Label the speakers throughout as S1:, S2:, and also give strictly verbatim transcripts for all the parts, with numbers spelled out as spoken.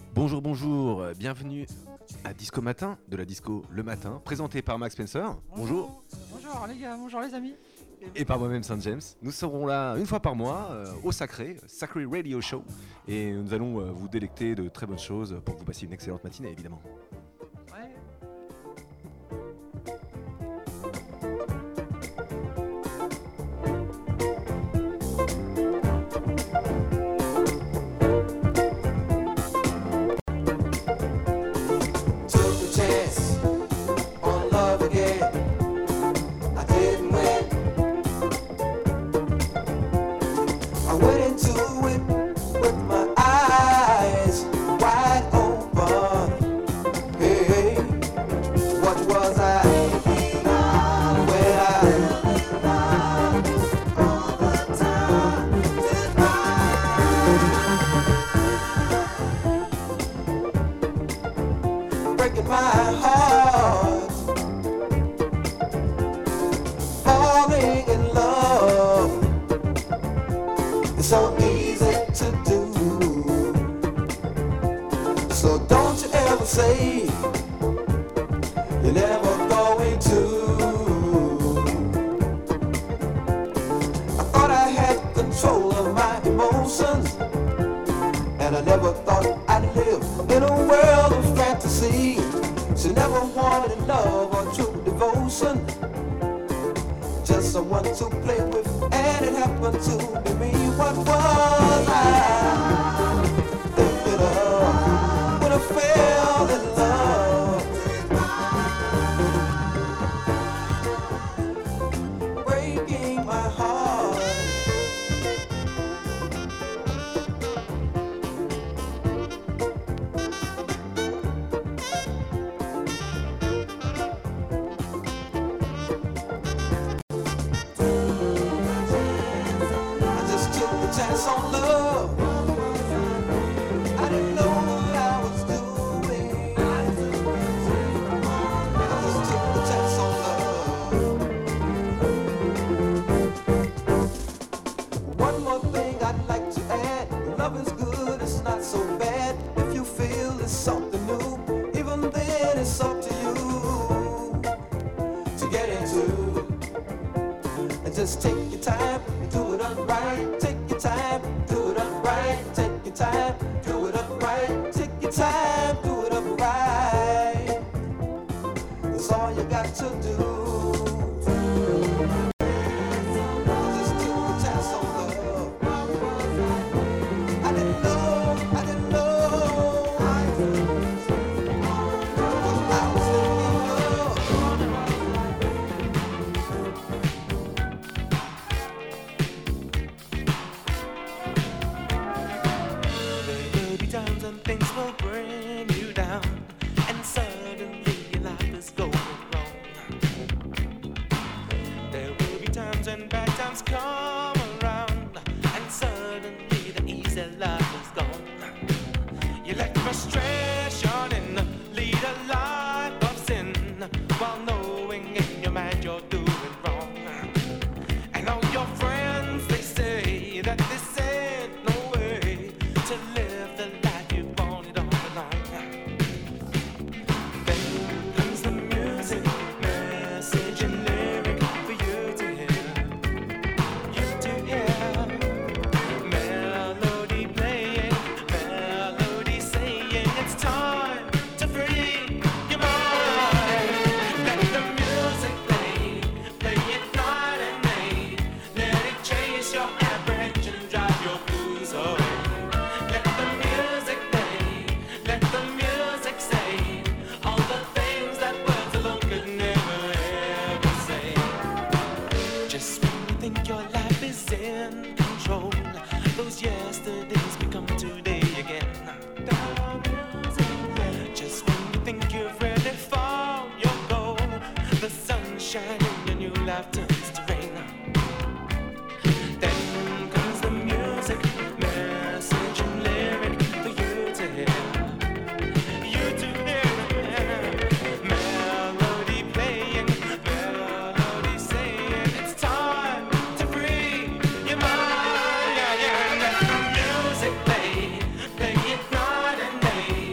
S1: Bonjour, bonjour, bienvenue à Disco Matin, de la disco le matin, présenté par Max Spencer. Bonjour.
S2: Bonjour les gars, bonjour les amis.
S1: Et par moi-même Saint James. Nous serons là une fois par mois euh, au Sacré, Sacré Radio Show. Et nous allons euh, vous délecter de très bonnes choses pour que vous passiez une excellente matinée évidemment.
S2: Ouais.
S3: Play it night and day.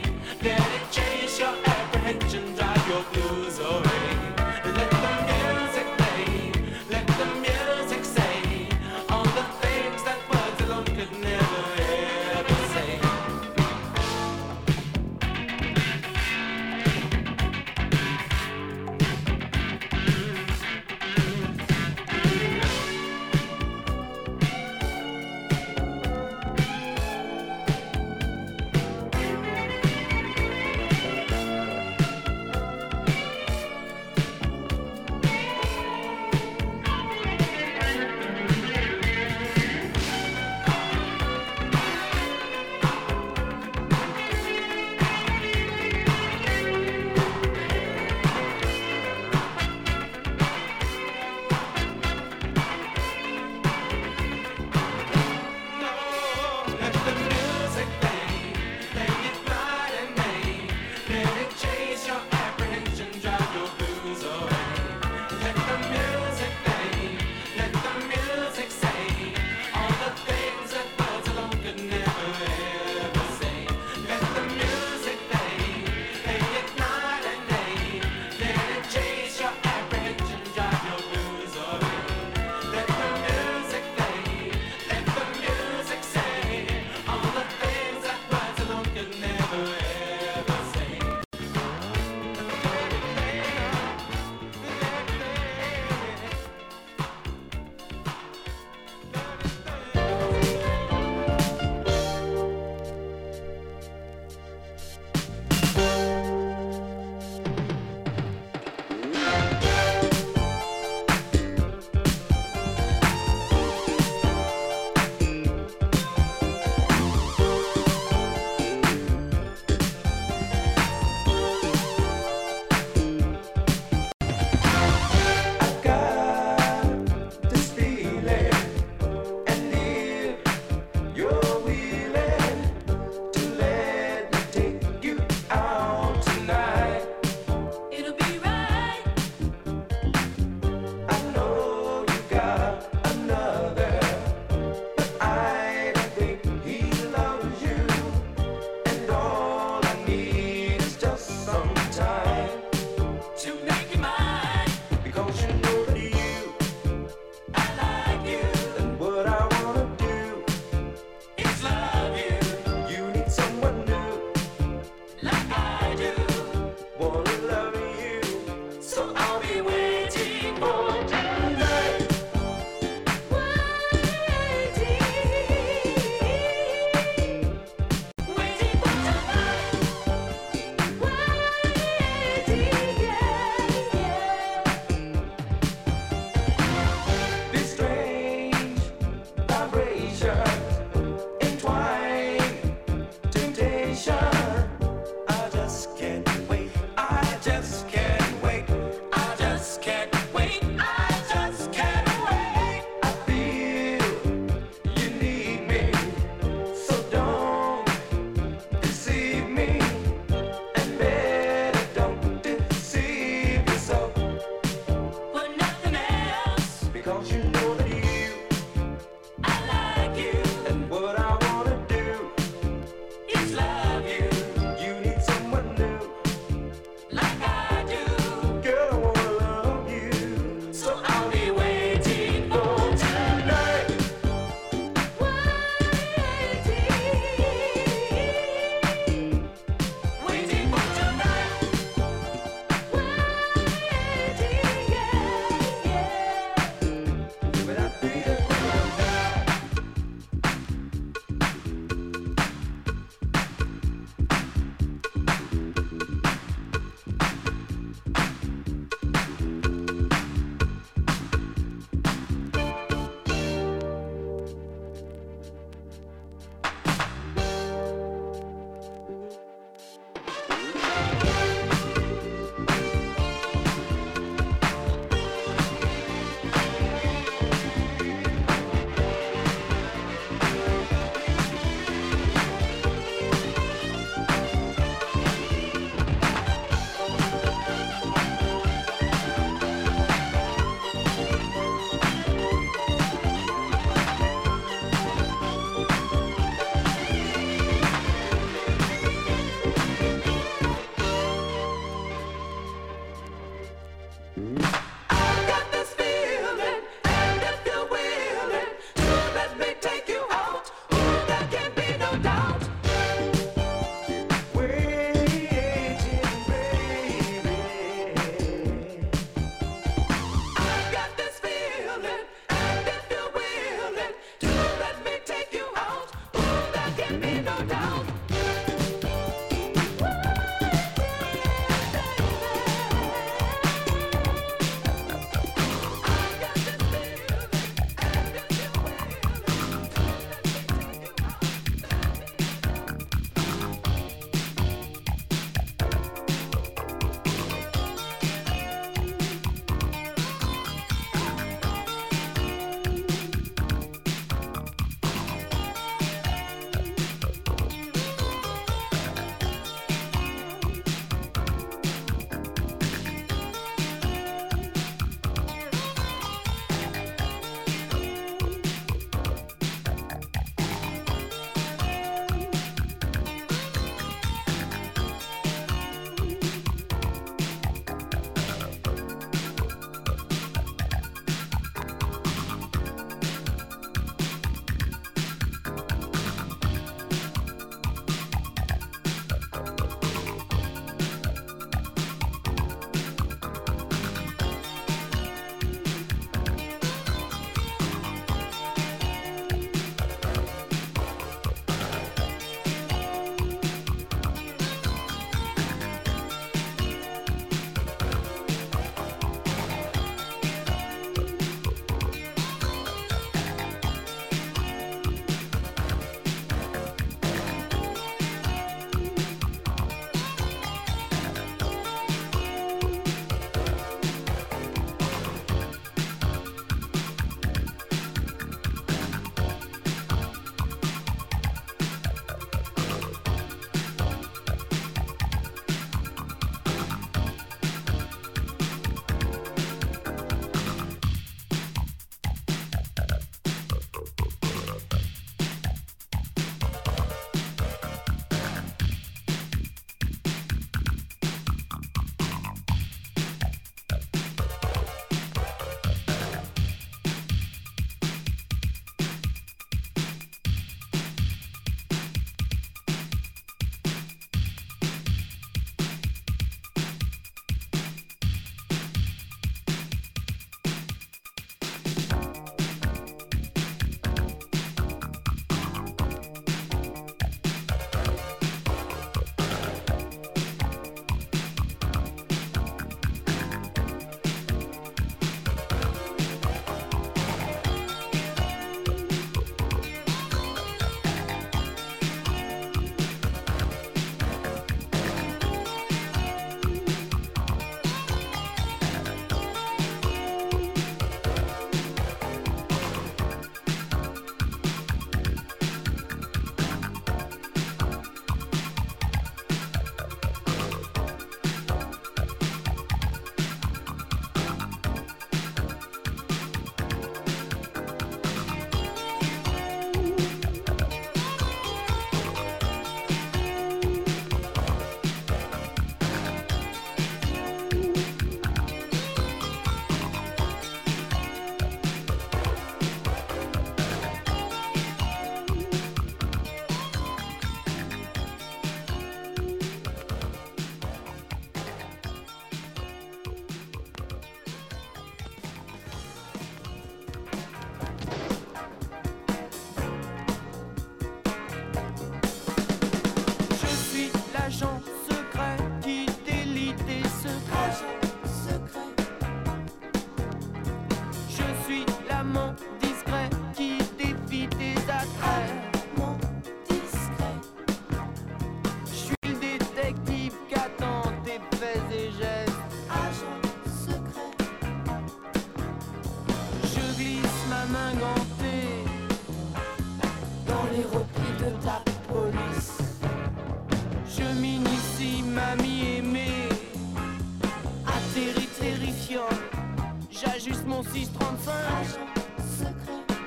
S3: les replis de ta police.
S4: Je m'initie, mamie aimée. Atterri terrifiant. J'ajuste mon six trente-cinq.
S3: Agent secret.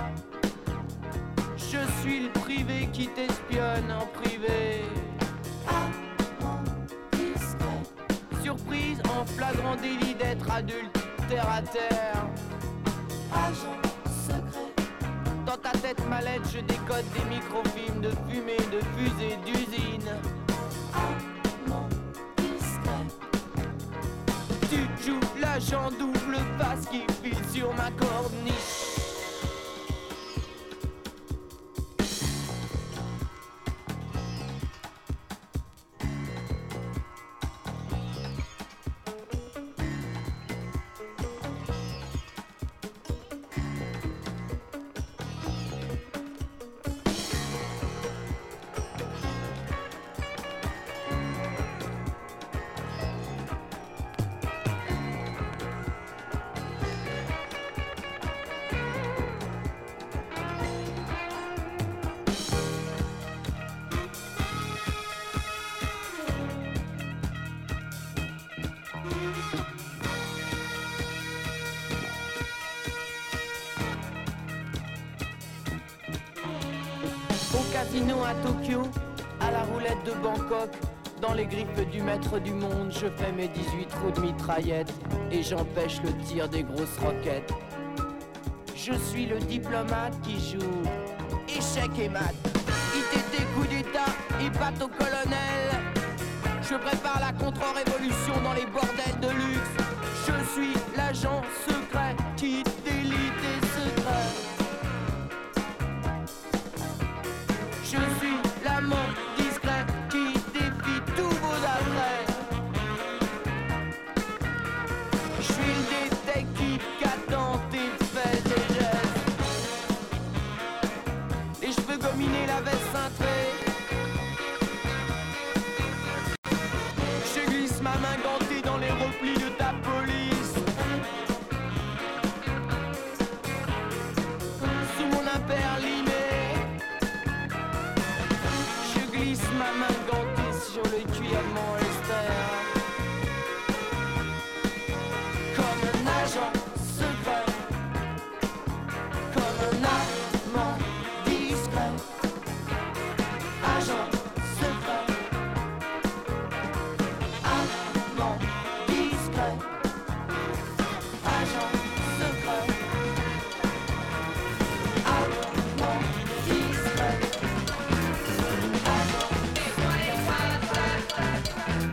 S4: Je suis le privé qui t'espionne en privé.
S3: Amant discret.
S4: Surprise en flagrant délit d'être adulte terre à terre.
S3: Agent secret.
S4: Dans ta tête mallette je décode des microfilms de fumée, de fusées, d'usines.
S3: Amant discret.
S4: Tu joues l'agent double face qui file sur ma corniche. Casino à Tokyo, à la roulette de Bangkok, dans les griffes du maître du monde, je fais mes dix-huit trous de mitraillette et j'empêche le tir des grosses roquettes. Je suis le diplomate qui joue échec et mat. I T T coup d'état et batte au colonel. Je prépare la contre-révolution dans les bordels de luxe. Je suis l'agent secret qui délite tes secrets. Je suis l'amant discret qui défie tous vos attraits. Je suis le détective qui attend tes faits et gestes. Les cheveux gominés, la veste cintrée. Je glisse ma main gantée dans les replis de ta police. Sous mon imperlimé. Ma main gantée sur le cuir de mon Esther. Comme un agent secret. Comme un amant discret. Agent secret. Amant discret. Agent secret. Amant discret.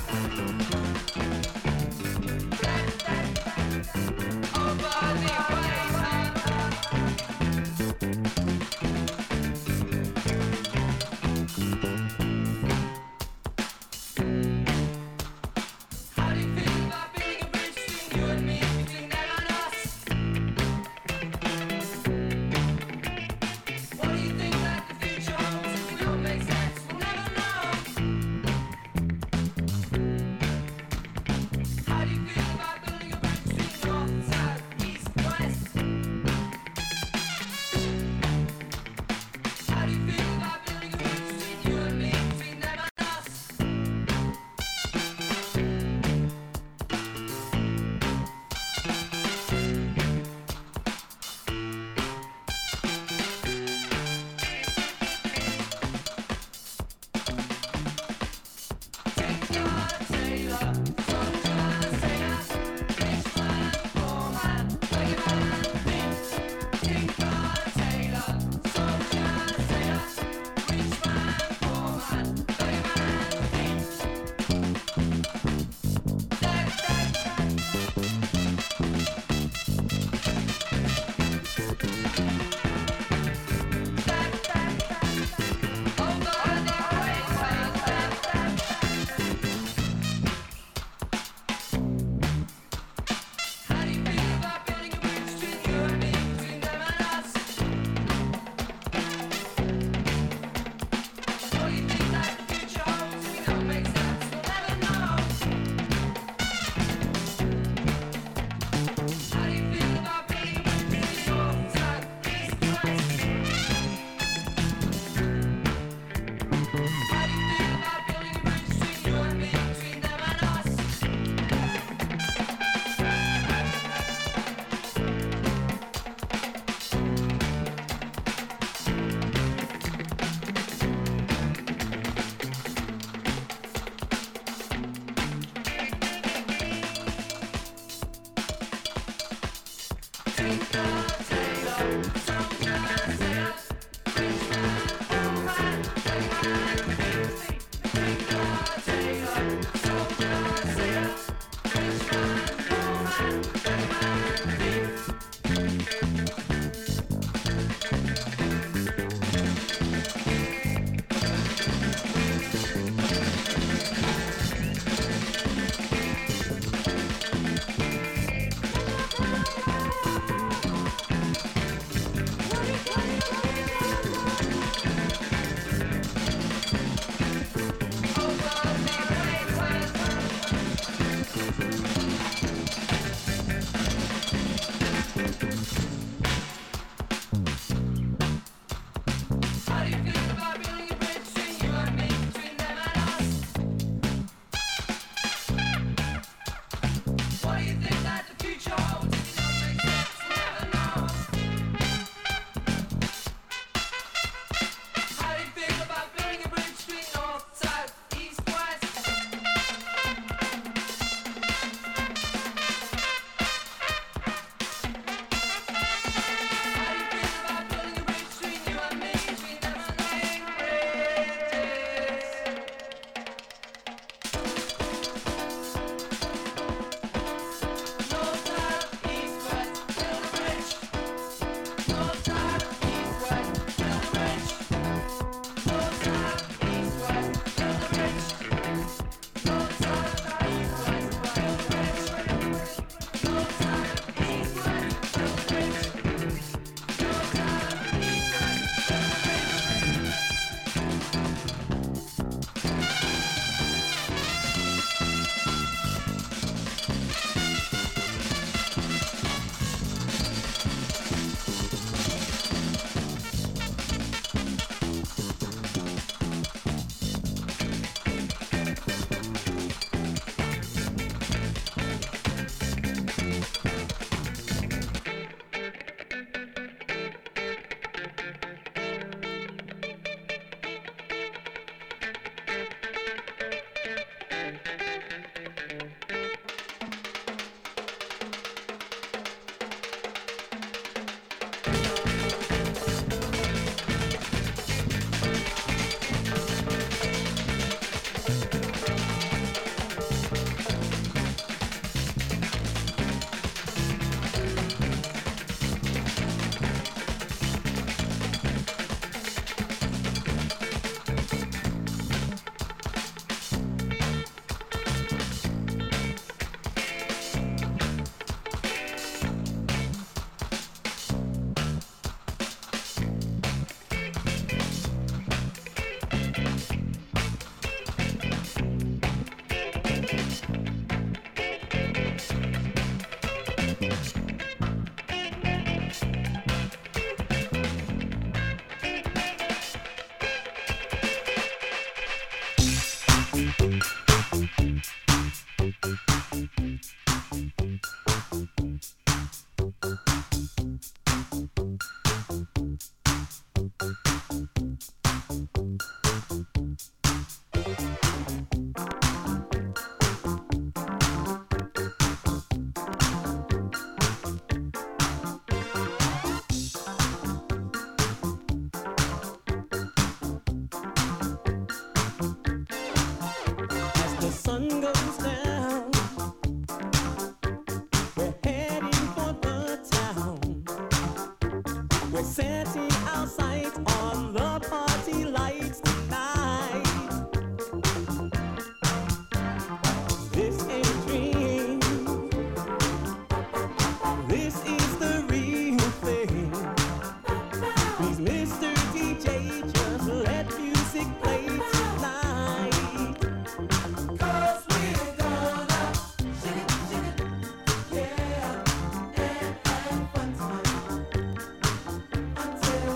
S3: Until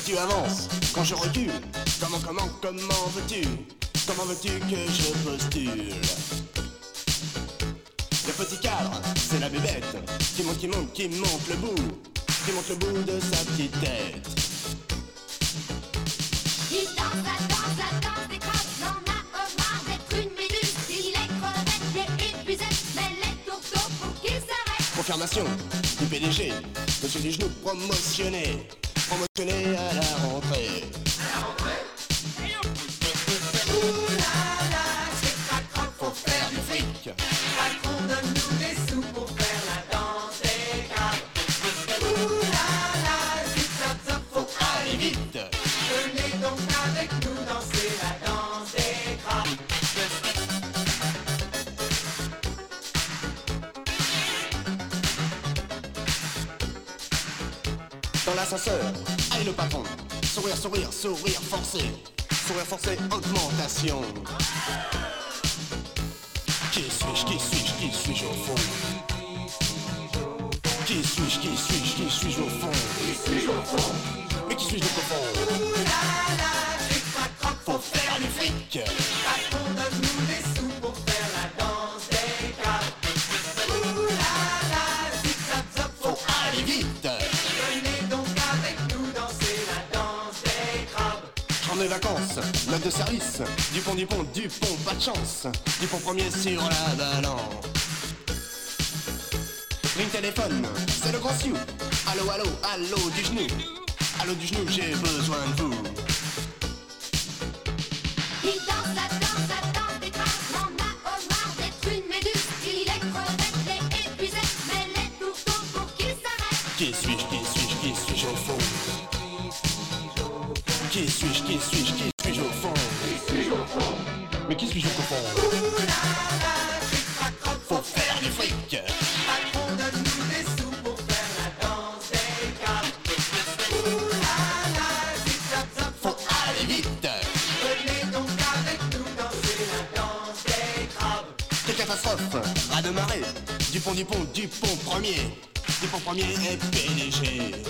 S5: tu avances, quand je recule, comment, comment, comment veux-tu, comment veux-tu que je postule? Le petit cadre, c'est la bébête, qui monte, qui monte, qui monte le bout, qui monte le bout de sa petite tête.
S3: Il danse, la danse, la danse des crabes, n'en a au marre d'être une méduse. Il est crevette, il est épuisé, mais les tourteaux pour qu'il s'arrête.
S5: Confirmation du P D G, monsieur du genou promotionné, promotionné à la rentrée. À la rentrée? Ouh là là, c'est crac-croc, faut faire du fric.
S4: Patron, donne-nous des sous pour faire la danse des crabes. Ouh là là, zip zap zap, faut
S5: Allez vite,
S4: venez donc avec nous danser la danse des crabes.
S5: dans l'ascenseur, allez le patron. Sourire, sourire, sourire forcé. Sourire forcé, augmentation. Qui suis-je, qui suis-je, qui suis-je au fond? Qui suis-je, qui suis-je, qui suis-je au fond? Mais qui suis-je au fond?
S4: Ouh là là, tric trac croc,
S5: Faut faire du fric.
S4: patron, donne-nous des sous pour faire la danse des crabes. Ouh là là, zip zap zap,
S5: Faut
S4: faut
S5: aller vite.
S4: venez donc avec nous danser la danse des crabes.
S5: En mes vacances, note de service. Dupont, Dupont, Dupont, pas de chance. Dupont premier sur la balance. Ring téléphone, c'est le grand Sioux. Allô, allô, allô du genou. Allô du genou, j'ai besoin de vous.
S3: Il danse, la danse, la danse des crabes, n'en a au marre d'être une méduse. Il est crevette, il est épuisé, mais les tourteaux pour qu'il s'arrête.
S5: Qui suis-je, qui suis-je, qui suis-je au fond? Qui suis-je, qui suis-je, qui suis-je au fond? Mais qui suis-je au fond?
S4: Ouh là là, tric trac croc,
S5: Faut faire du fric.
S4: patron, donne-nous des sous pour faire la danse des crabes. Ouh là là, zip zap zap,
S5: Faut aller vite.
S4: venez donc avec nous danser la danse des crabes.
S5: Quelle catastrophe, raz de marée. Dupont, Dupont, Dupont premier. Dupont premier est P D G.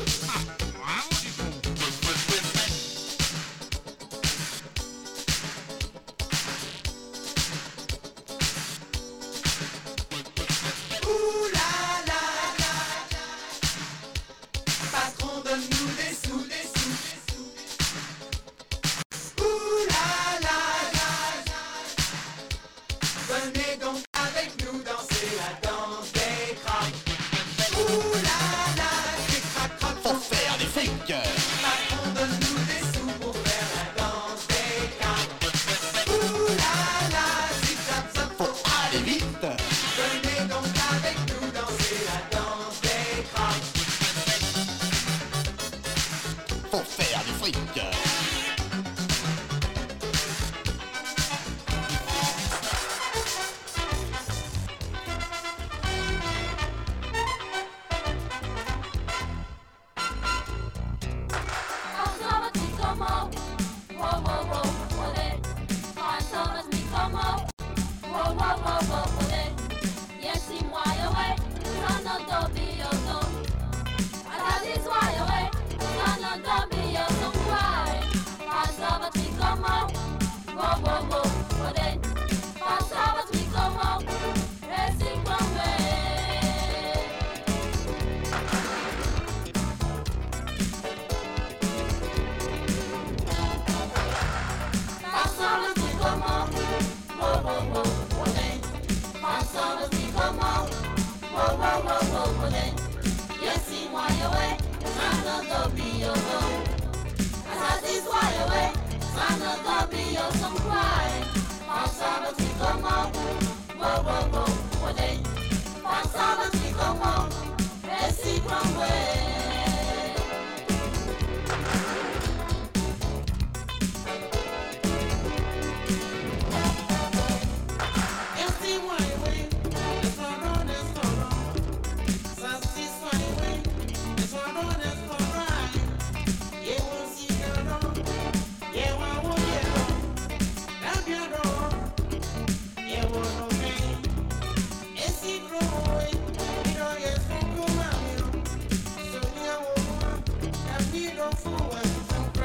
S4: Ouh là là là, patron, donne-nous des sous, des sous, des sous. Ouh là là là, venez donc avec nous danser la danse des crabes. Ouh là là, tric trac croc,
S5: Faut faire du fric.
S4: patron, donne-nous des sous pour faire la danse des crabes. Ouh là là, zip zap zap,
S5: Faut aller vite.
S4: venez donc avec nous danser la danse des crabes.
S5: Faut faire du fric.
S4: Don't fool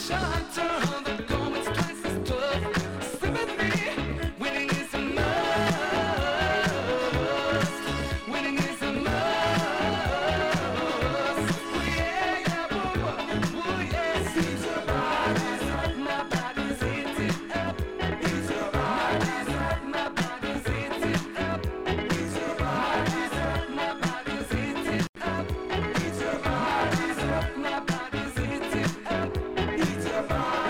S6: My body's eating up, eats your body.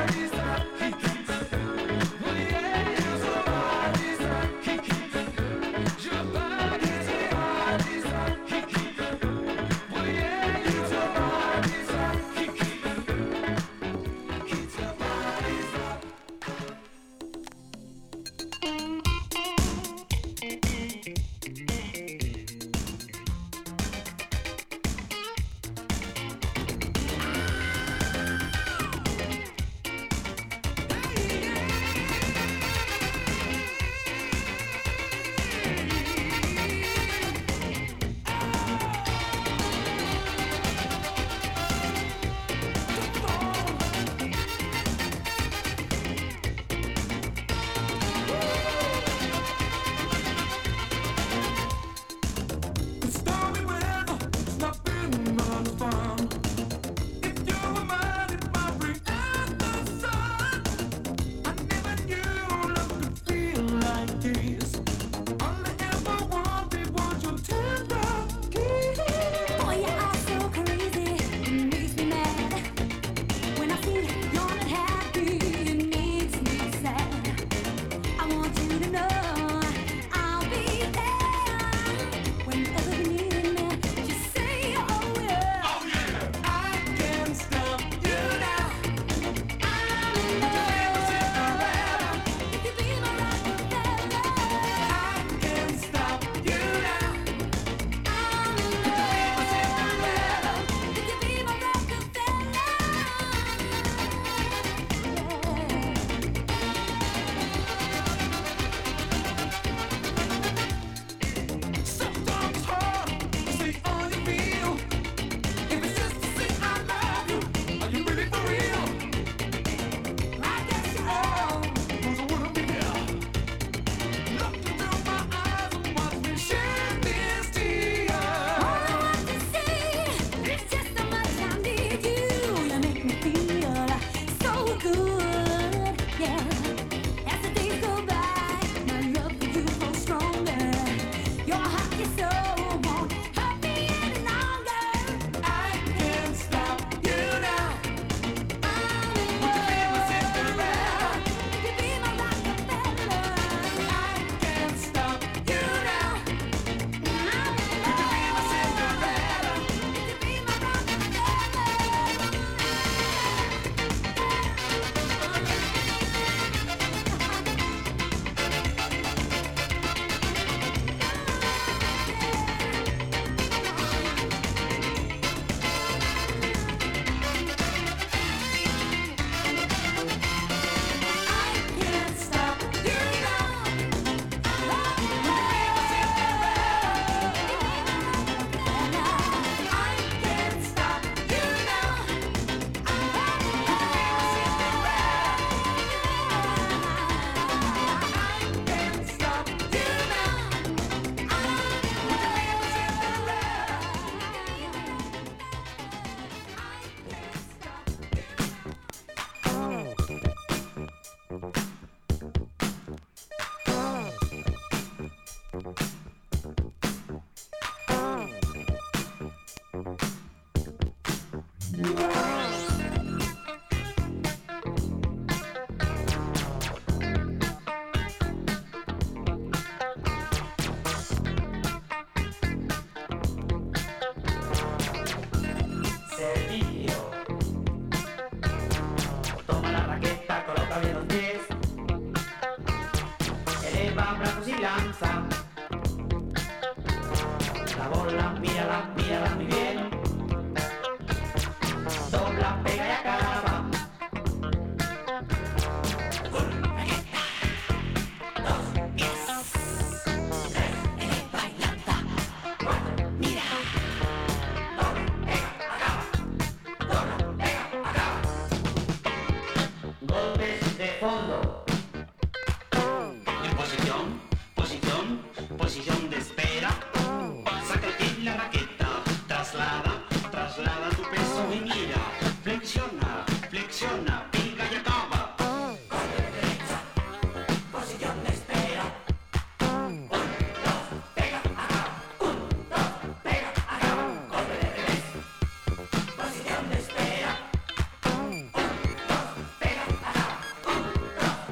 S6: golpes de fondo. En posición, posición, posición de espera. Sácate la raqueta, traslada, traslada tu peso y mira. Flexiona, flexiona, pica y acaba. Golpe de derecha, posición de espera. Un, dos, pega, acá. Un, dos, pega, acá. Golpe de revés, posición de espera. Un, dos, pega, acá. Un, dos,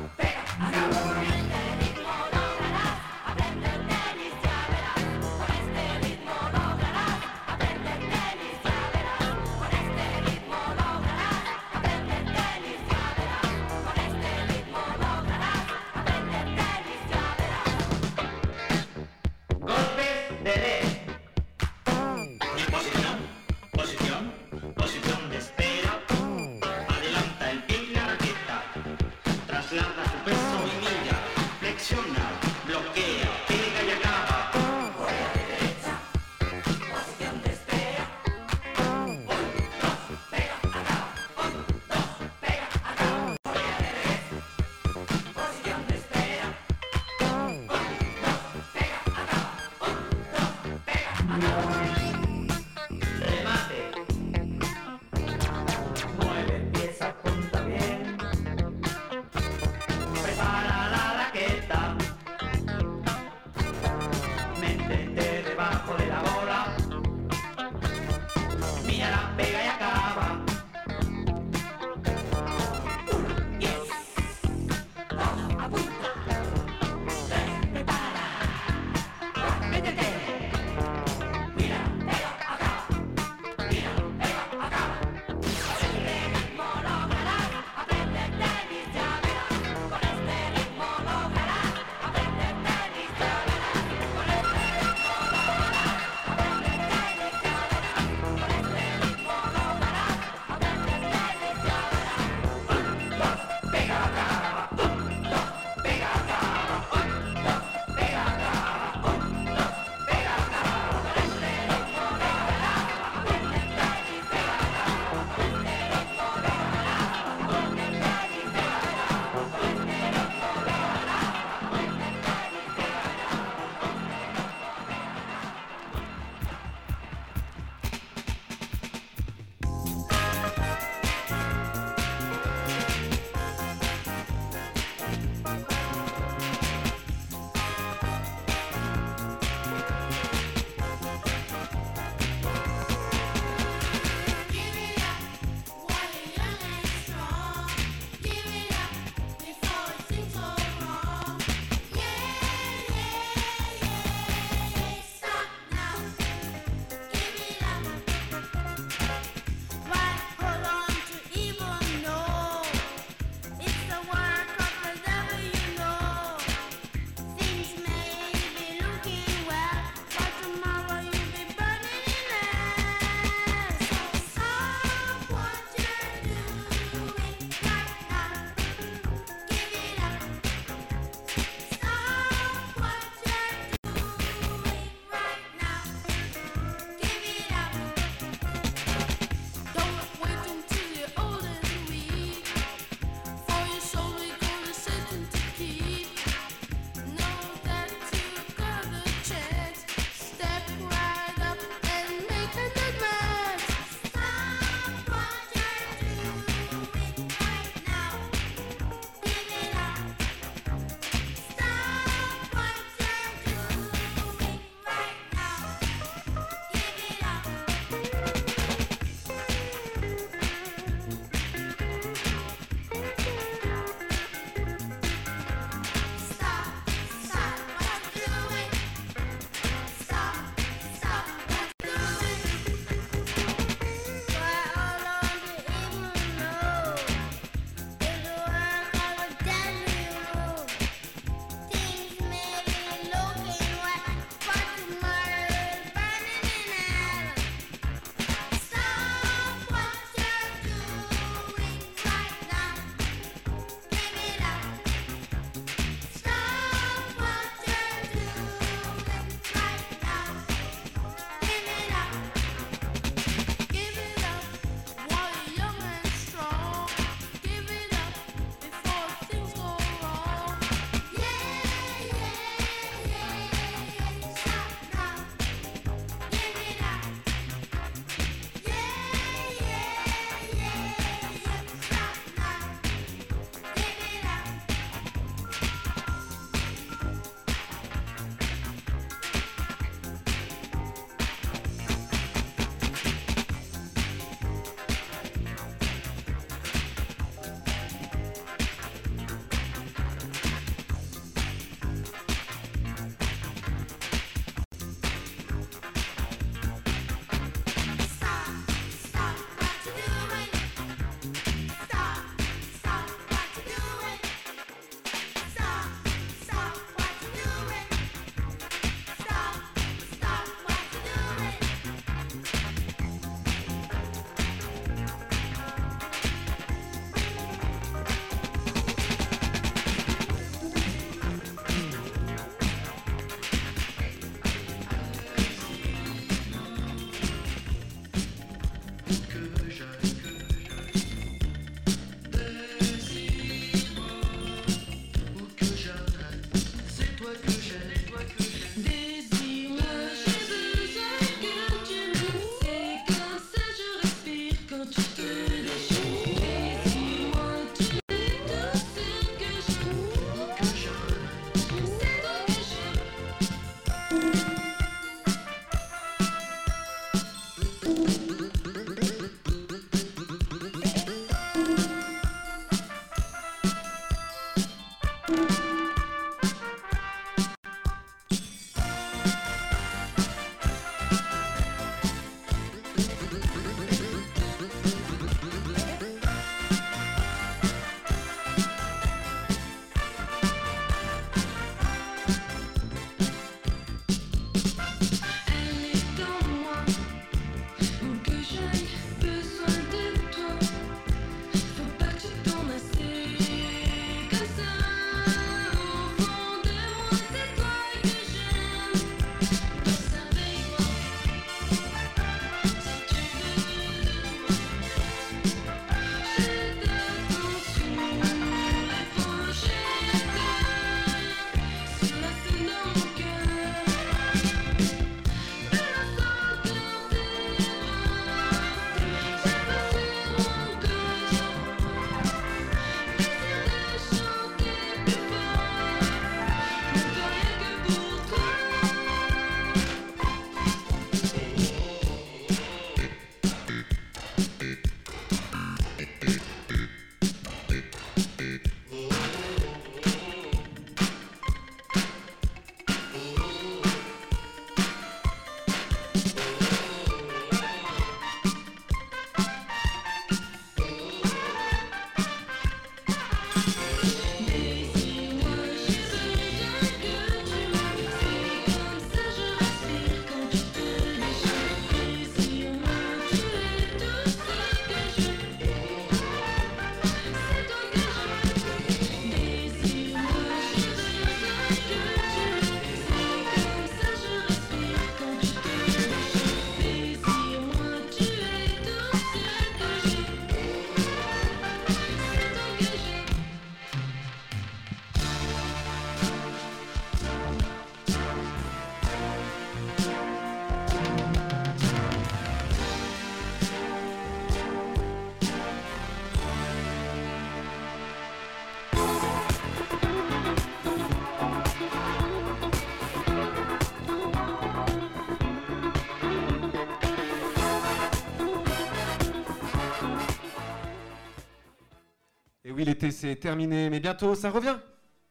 S1: oui, l'été c'est terminé, mais bientôt ça revient.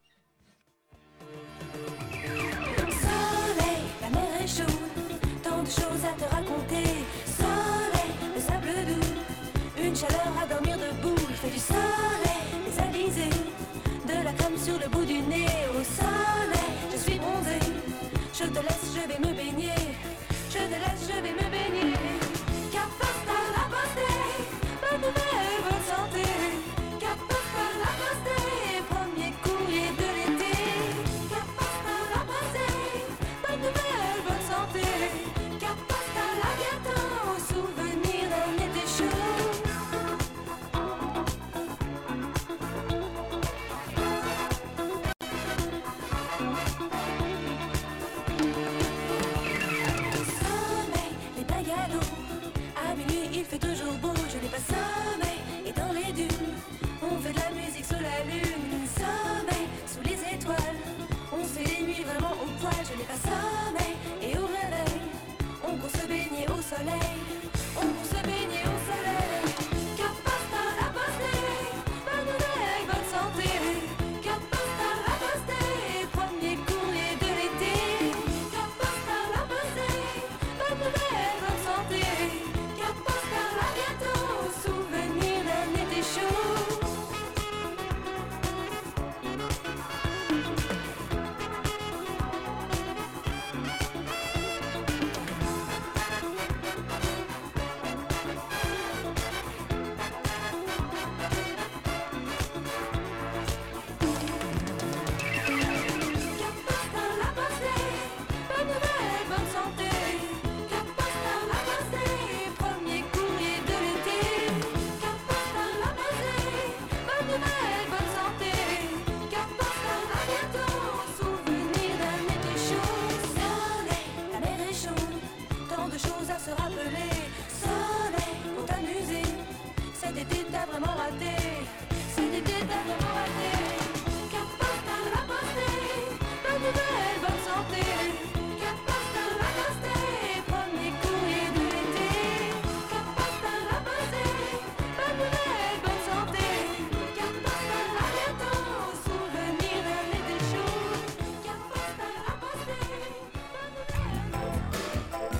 S7: Soleil, la mer est chaude, tant de choses à te raconter. Soleil, le sable doux, une chaleur à dormir debout. Il fait du soleil, des alizés, de la crème sur le bout du nez. Au soleil, je suis bronzée, je te laisse, je vais me baigner. Je te laisse, je vais me baigner. Cap postal à poster, bonne nouvelle, bonne santé. Cap postal à poster, premier courrier de l'été. Cap postal à poster, bonne nouvelle, bonne santé. Cap postal à bientôt, souvenir d'un été chaud. Sommeil, les bungalows, à minuit il fait toujours beau, je n'ai pas sommeil. Et dans les dunes, on fait de la musique sous la lune. Sommeil, sous les étoiles, on se fait les nuits vraiment au poil. Je n'ai pas sommeil, et au réveil, on court se baigner au soleil. On court se baigner au soleil. Cap postal à poster, bonne nouvelle, bonne santé. Cap postal à poster, premier courrier de l'été. Cap postal à poster, bonne nouvelle, bonne santé. Cap postal à bientôt, souvenir d'un été chaud. Cap postal à poster, bonne nouvelle, bonne santé. Cap postal à poster, premier courrier de l'été. Cap postal à poster, bonne nouvelle, bonne santé. Cap postal à bientôt, souvenir d'un été chaud. Soleil, la mer est chaude, tant de choses à se rappeler. Soleil, pour t'amuser, cet été t'as vraiment raté. Cet été t'as vraiment raté. Cap postal à poster, bonne nouvelle, bonne santé. Cap postal à poster, premier courrier de l'été. Cap postal à poster, bonne nouvelle, bonne santé. Cap postal à bientôt, souvenir d'un été chaud. Cap postal à poster, bonne nouvelle.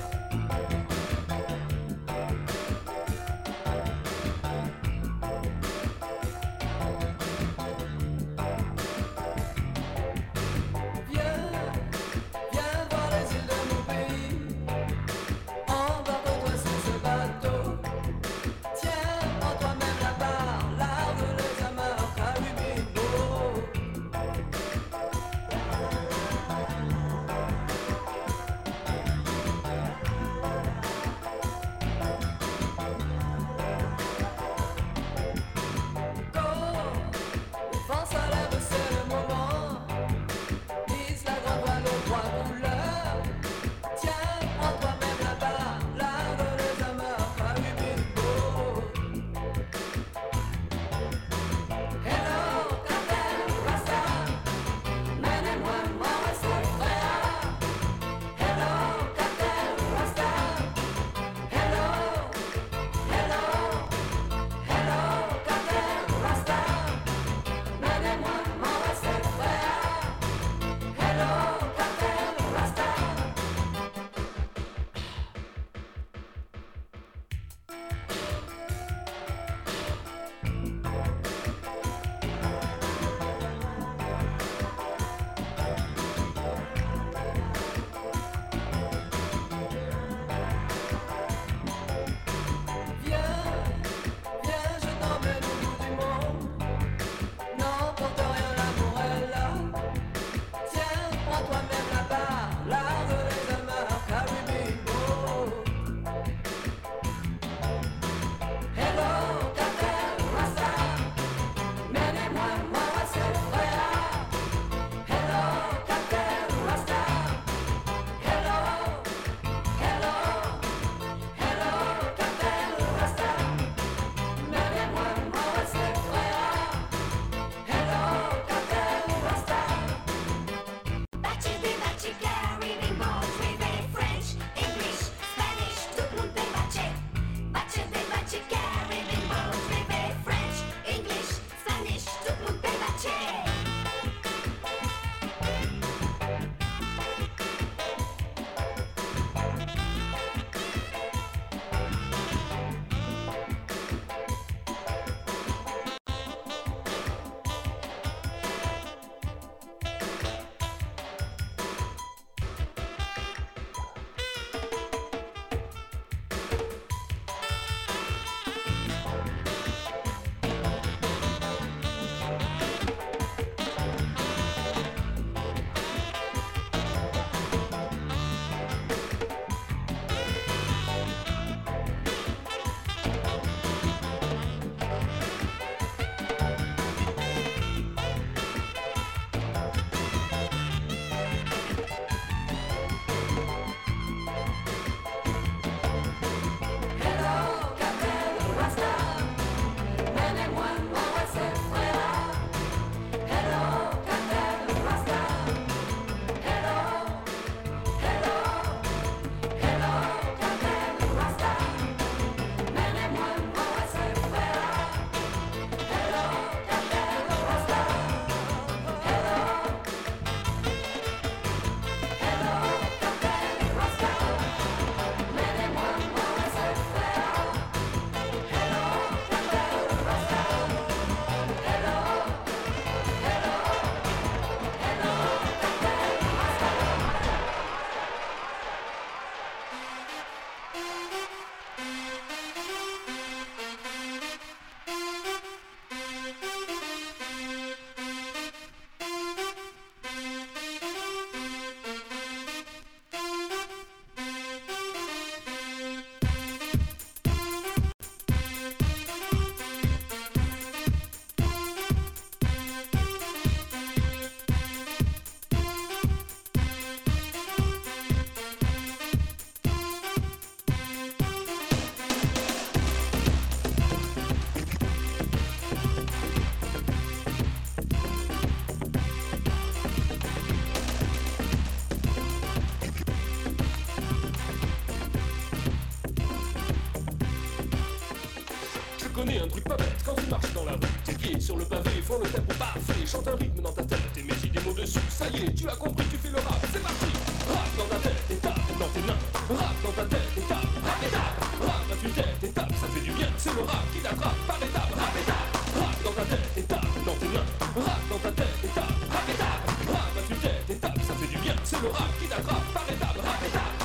S8: Tes pieds sur le pavé font le tempo parfait. Chante un rythme dans ta tête et mets des mots dessus. Ça y est, tu as compris, tu fais le rap, c'est parti. Rap dans ta tête et tape dans tes mains. Rap dans ta tête et tape, rap et tape. Rap dans tu tête et tape, ça fait du bien. C'est le rap qui t'attrape par étape, rap et tape. Rap dans ta tête et tape dans tes mains. Rap dans ta tête et tape, rap et tape. Rap dans tu tête et tape, ça fait du bien. C'est le rap qui t'attrape par étape, rap et tape.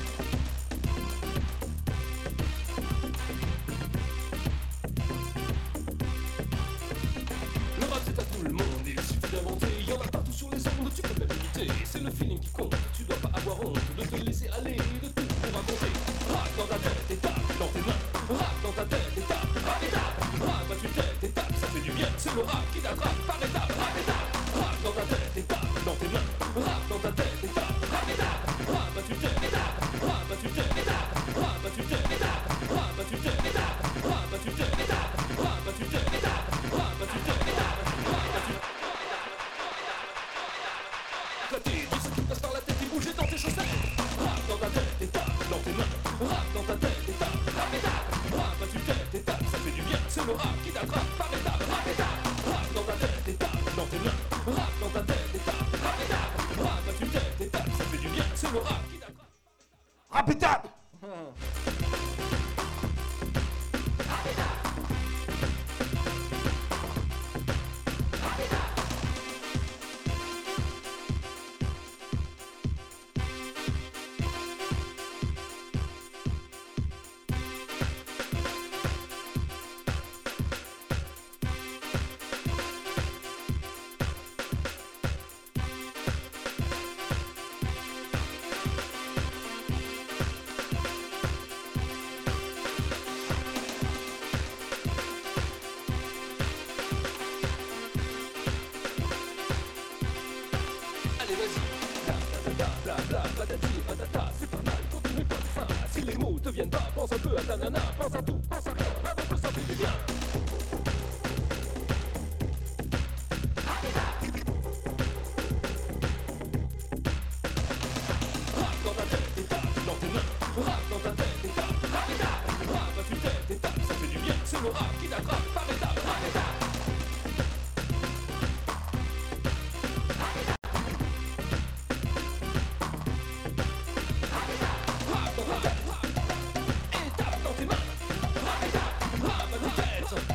S8: Le rap c'est à tout le monde, il suffit d'inventer. Y'en a partout sur les ondes, tu peux même imiter. C'est le feeling qui compte, tu dois pas avoir honte de te laisser aller, de tout pour raconter. Rap dans ta tête et tape dans tes mains. Rap dans ta tête et tape, rap et tape. Rap bah tu tête et tape, ça fait du bien. C'est le rap qui t'attrape par étape, rap et tape. Rap dans ta tête et tape dans tes mains. Rap dans ta tête et tape, rap et tape. Rap bah tu tête et tape, rap bah tu tête et tape. Rap bah tu tête et tape, rap bah tu tête et tape. Rap bah tu tête et tape, rap bah tu tête et tape. Rap bah tu tête et tape, rap bah tu éclater, dis ce qui passe par la tête et bouger dans tes chaussettes. Rap dans ta tête et tape dans tes mains. Rap dans ta tête et tape, rap et tape. Rap bah tu tête et tape, ça fait du bien. C'est le rap qui t'attrape par étape, rap et tape. Rap dans ta tête et tape dans tes mains. Rap dans ta tête et tape, rap et tape. Rap bah tu tête et tape, ça fait du bien. C'est le rap qui t'attrape.
S1: Rap et tape.
S8: Allez vas-y, ta ta ta bla bla patati patata, c'est pas mal, continue pas de fin. Si les mots te viennent pas, pense un peu à ta nana, pense à tout, pense à rien, avant que ça fait du bien. Rap dans ta tête et tape dans tes mains. Rap dans ta tête et tape, rap et tape. Rap bah tu tête et tape, ça fait du bien. C'est le rap qui t'attrape par étape, rap et tape. Rap dans ta tête, rap et tape dans tes mains. Rap et tape, rap bah tu tête.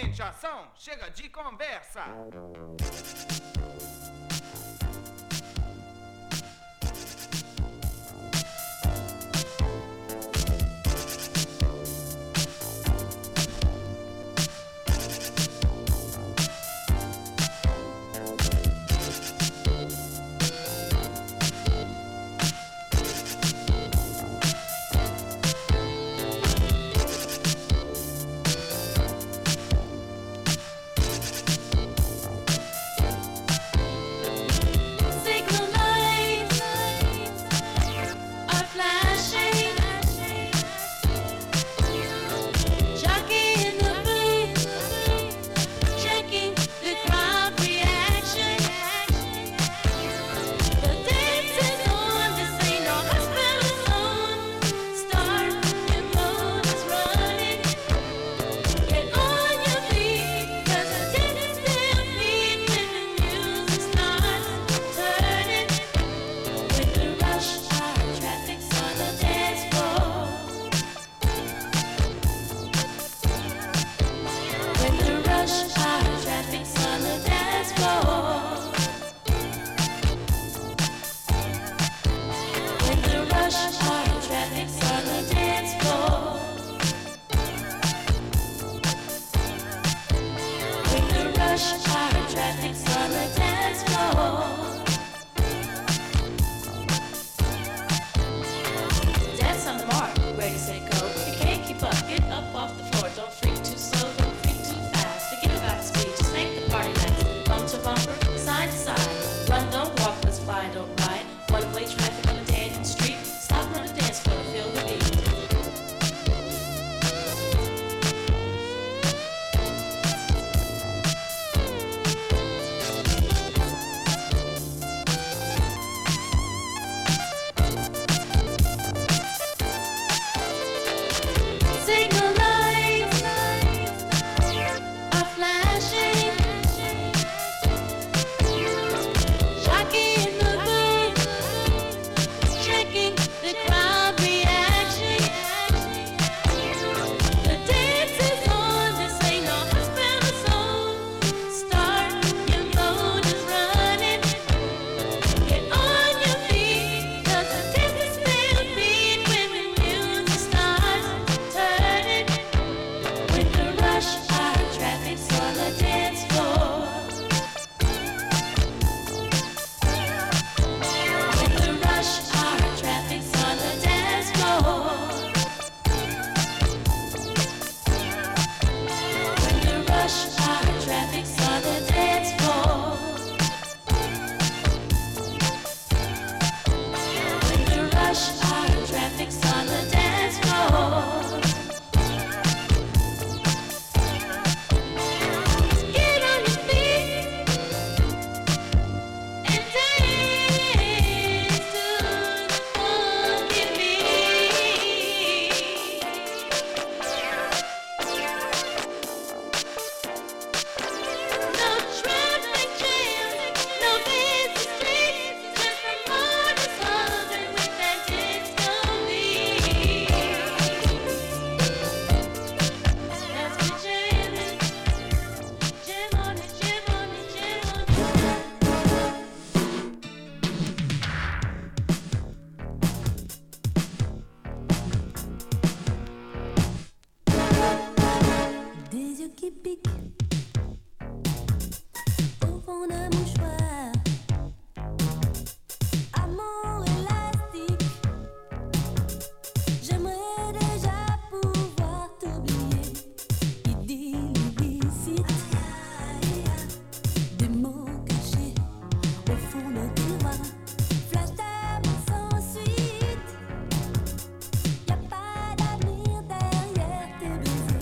S9: pensação, chega de conversa.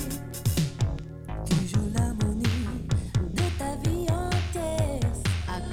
S7: Toujours l'harmonie de ta vie entière.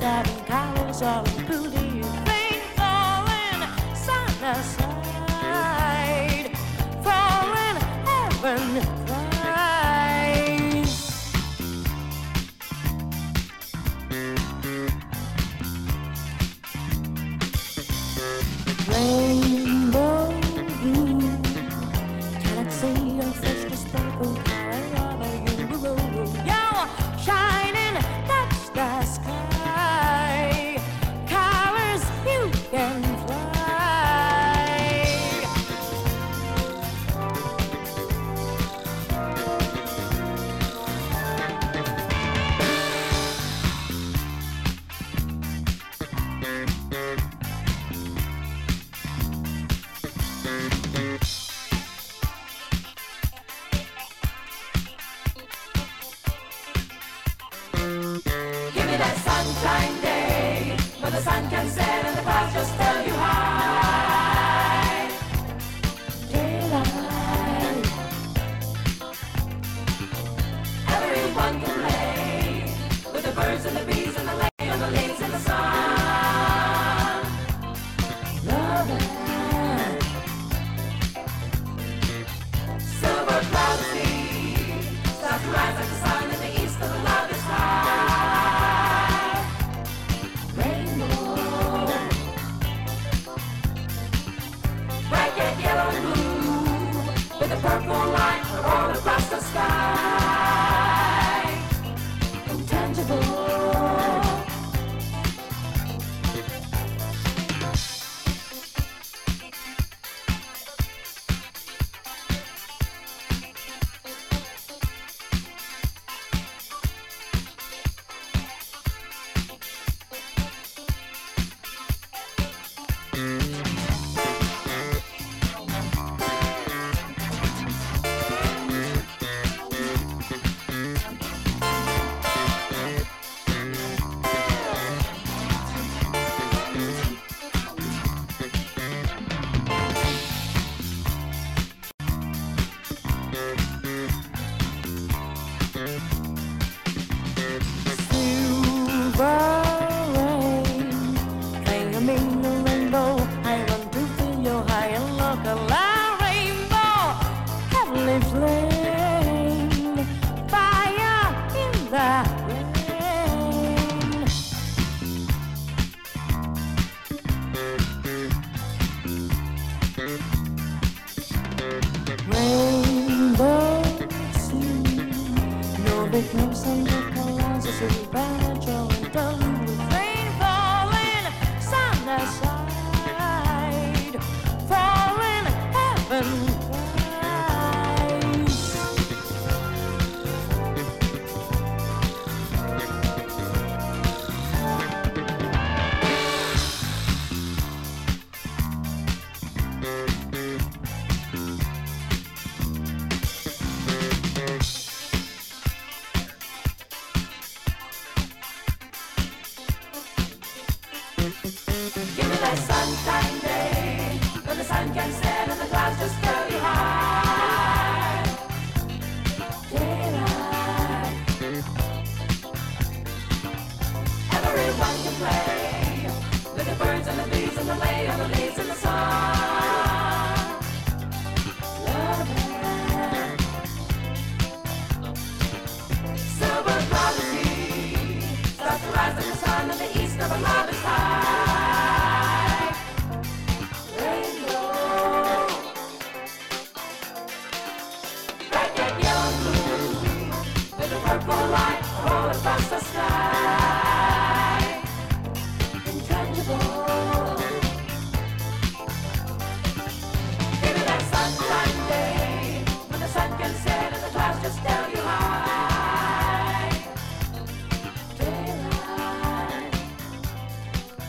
S7: seven colors all pretty things falling side by side, falling heaven cries. Rainbow blue, cannot see your face to sparkle color of you. You're shining, touch the sky, colors you can fly. Give me that sunshine day, when the sun can set and the clouds just tell you hi. Daylight, everyone can play with the birds and the bees and the lay on the leaves in the sun. Love it, silver clouds see, start to rise like the sun in the east of the love is high. Rainbow, bright red, yellow, and blue, with a purple line all across the sky. Intangible, silver rain, playing a mean rainbow. I want to feel your high and look alive. Rainbow, heavenly flame, fire in the rain. Rainbow sea, no big no Santa Claus is a banjo and done with rain falling side by side, falling heaven cries. Give me that sunshine day, when the sun can set and the clouds just tell you hi. Daylight, everyone can play with the birds and the bees and the lay on the leaves in the sun. Love it, silver clouds see, start to rise like the sun in the east of a love is high. Rainbow, bright red, yellow, and blue, with a purple light all across the sky. Intangible, give me that sunshine day, when the sun can set and the clouds just tell you hi. Daylight,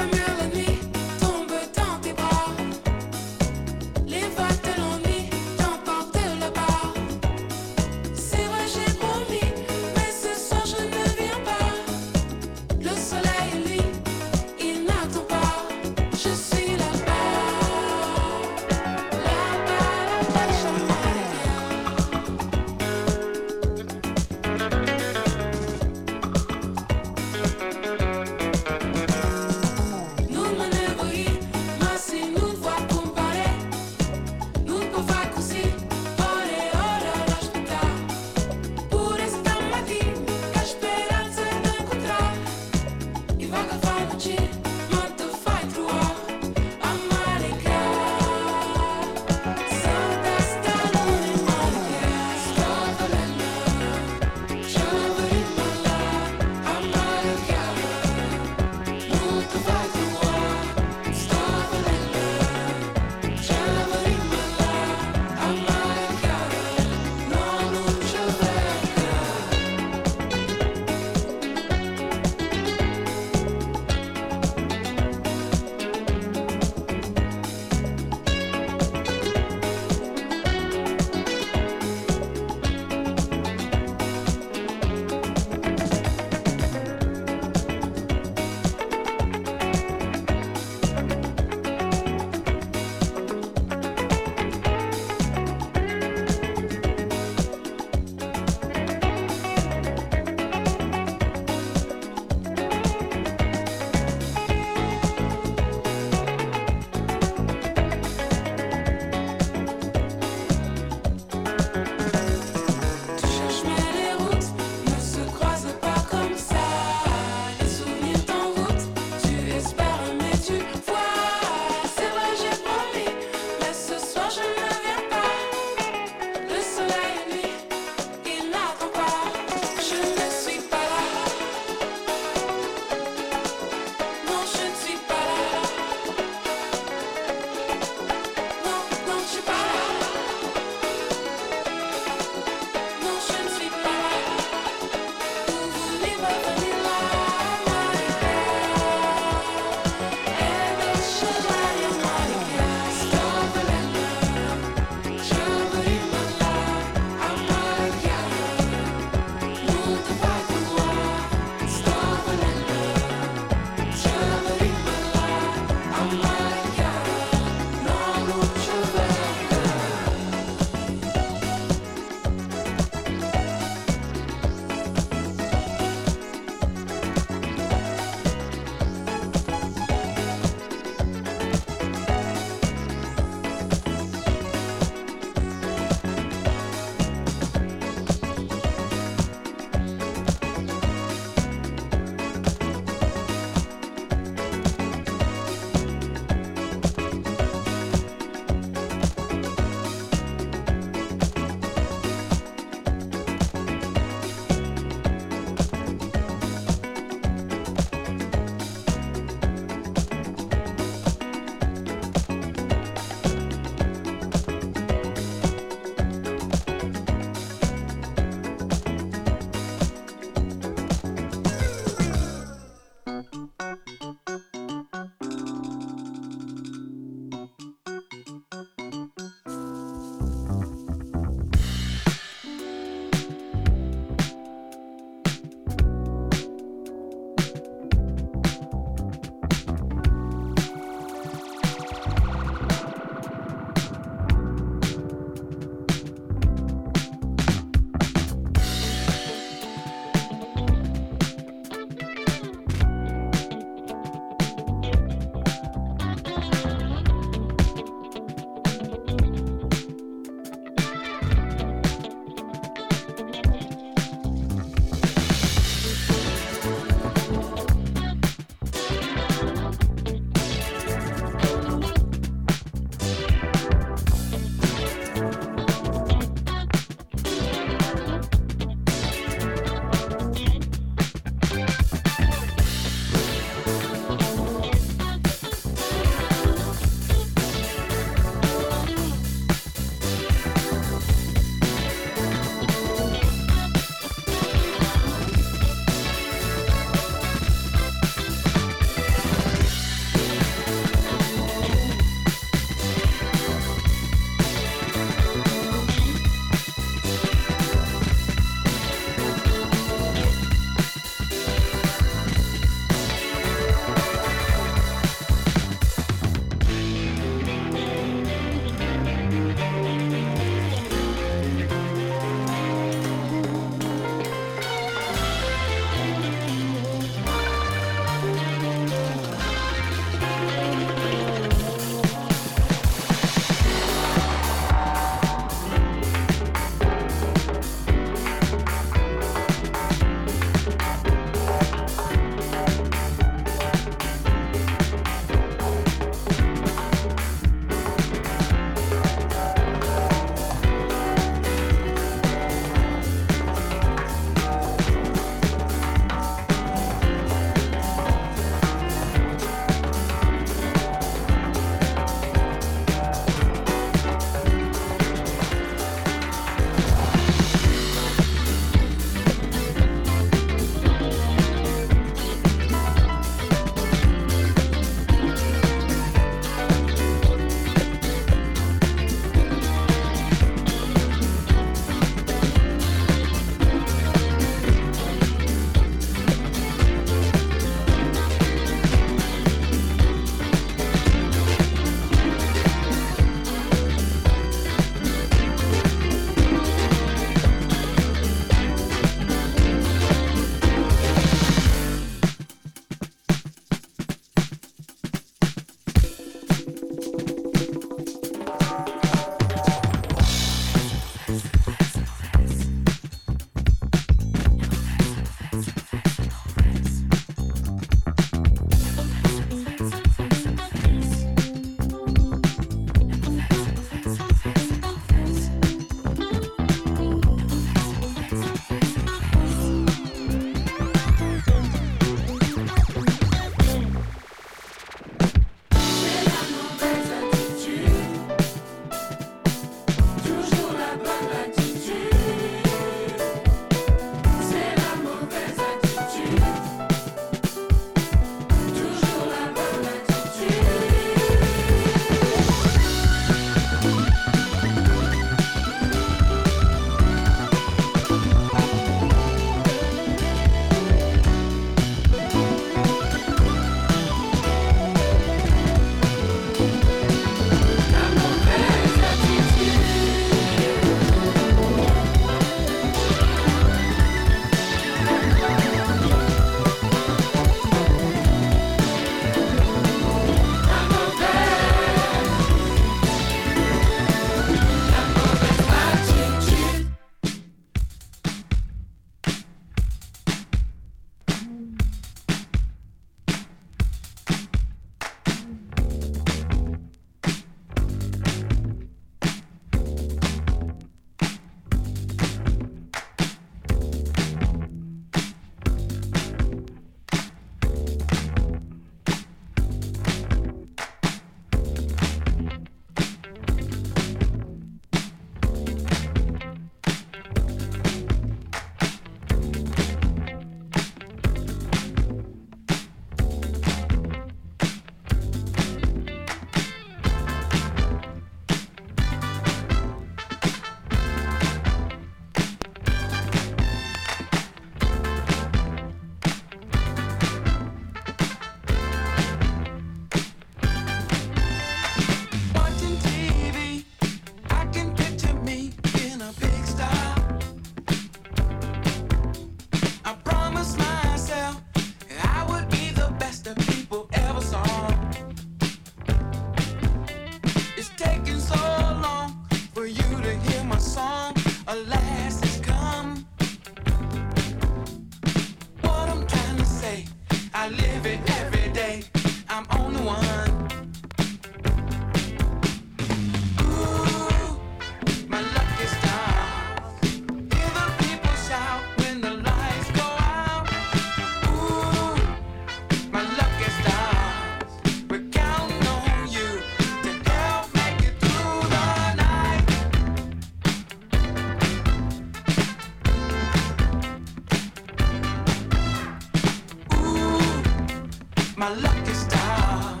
S10: my lucky stars.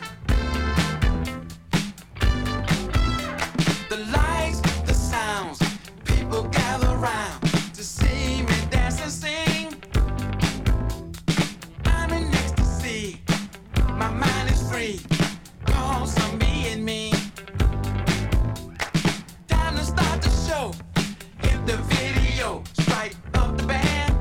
S10: The lights, the sounds, people gather round to see me dance and sing. I'm in ecstasy, my mind is free, cause I'm being me. Time to start the show, hit the video, strike up the band.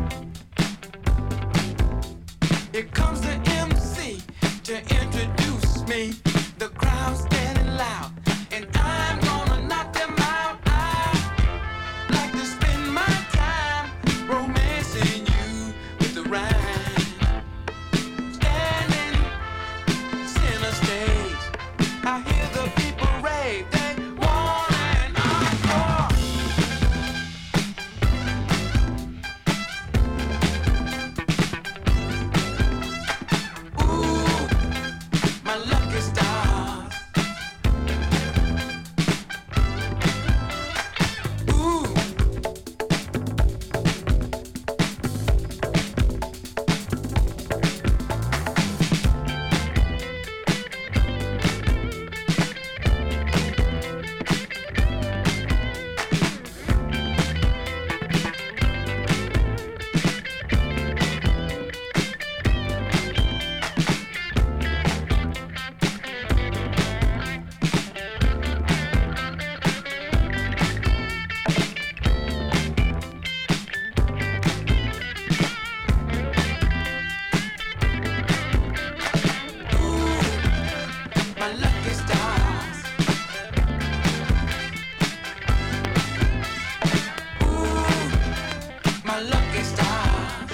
S10: Here comes the M C to introduce me. The crowd's getting loud, and I'm gonna knock them out. I like to spend my time romancing you with the rhyme. Standing center stage, I hear the people rave. They want an encore. Ooh, my lucky stars. Ooh. My lucky stars. Ooh, my lucky stars.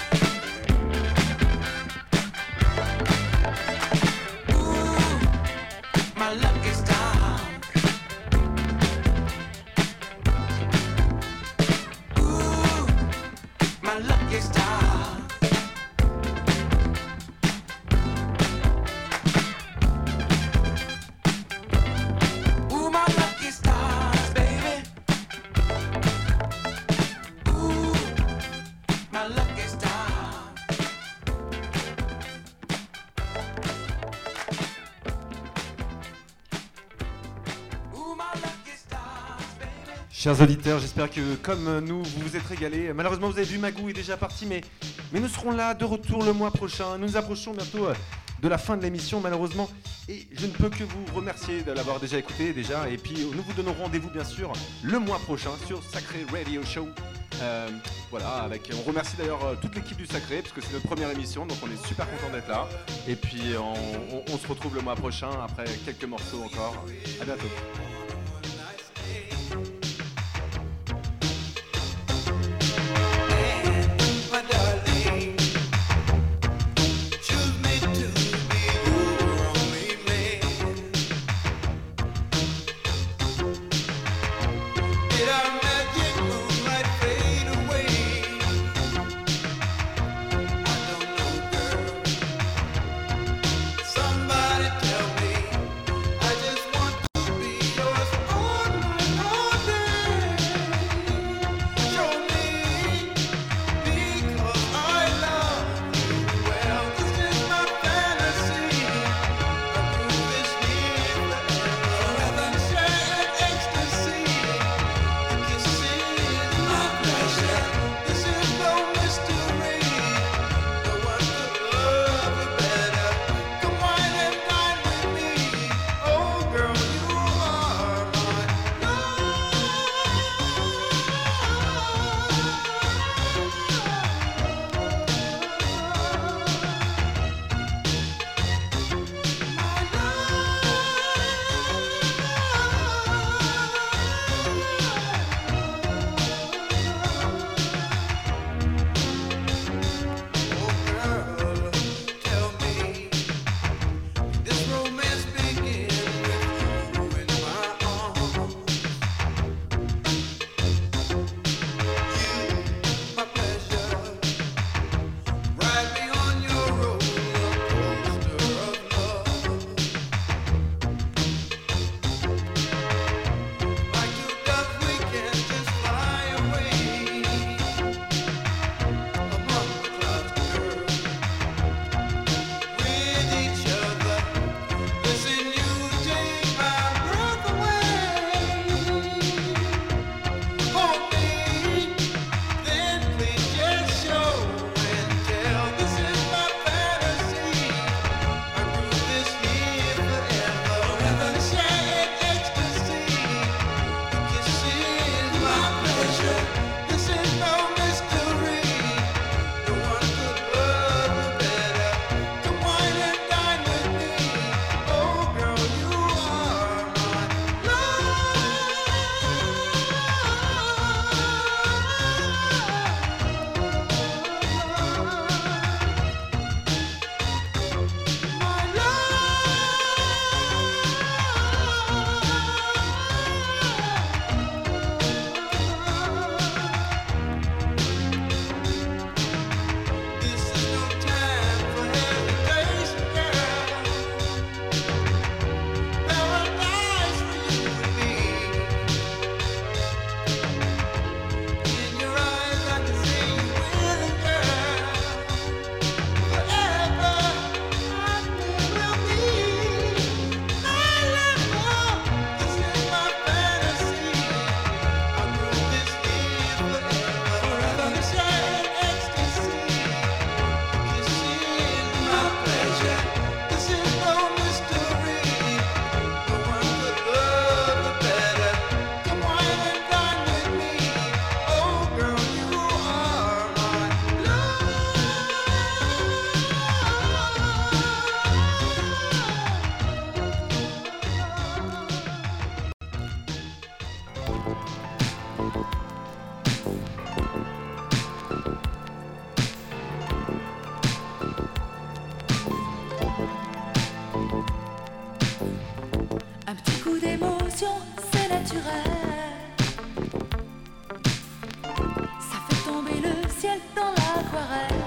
S10: Ooh, my lucky stars. Ooh, my lucky stars. Ooh, my lucky stars, baby. Ooh, my lucky stars. Ooh, my lucky stars, baby.
S1: Chers auditeurs, j'espère que comme nous, vous vous êtes régalés. Malheureusement, vous avez vu, Magou est déjà parti, mais, mais nous serons là de retour le mois prochain. Nous nous approchons bientôt euh, de la fin de l'émission, malheureusement. Et je ne peux que vous remercier de l'avoir déjà écouté, déjà. Et puis, nous vous donnons rendez-vous, bien sûr, le mois prochain sur Sacré Radio Show. Euh, voilà, avec, on remercie d'ailleurs euh, toute l'équipe du Sacré, parce que c'est notre première émission, donc on est super content d'être là. Et puis, on, on- on se retrouve le mois prochain, après quelques morceaux encore. À bientôt.
S10: My darling, choose me to be your only man. Did our magic moonlight fade away? I don't know, girl. Somebody tell me. I just want to be your
S7: dans l'aquarelle.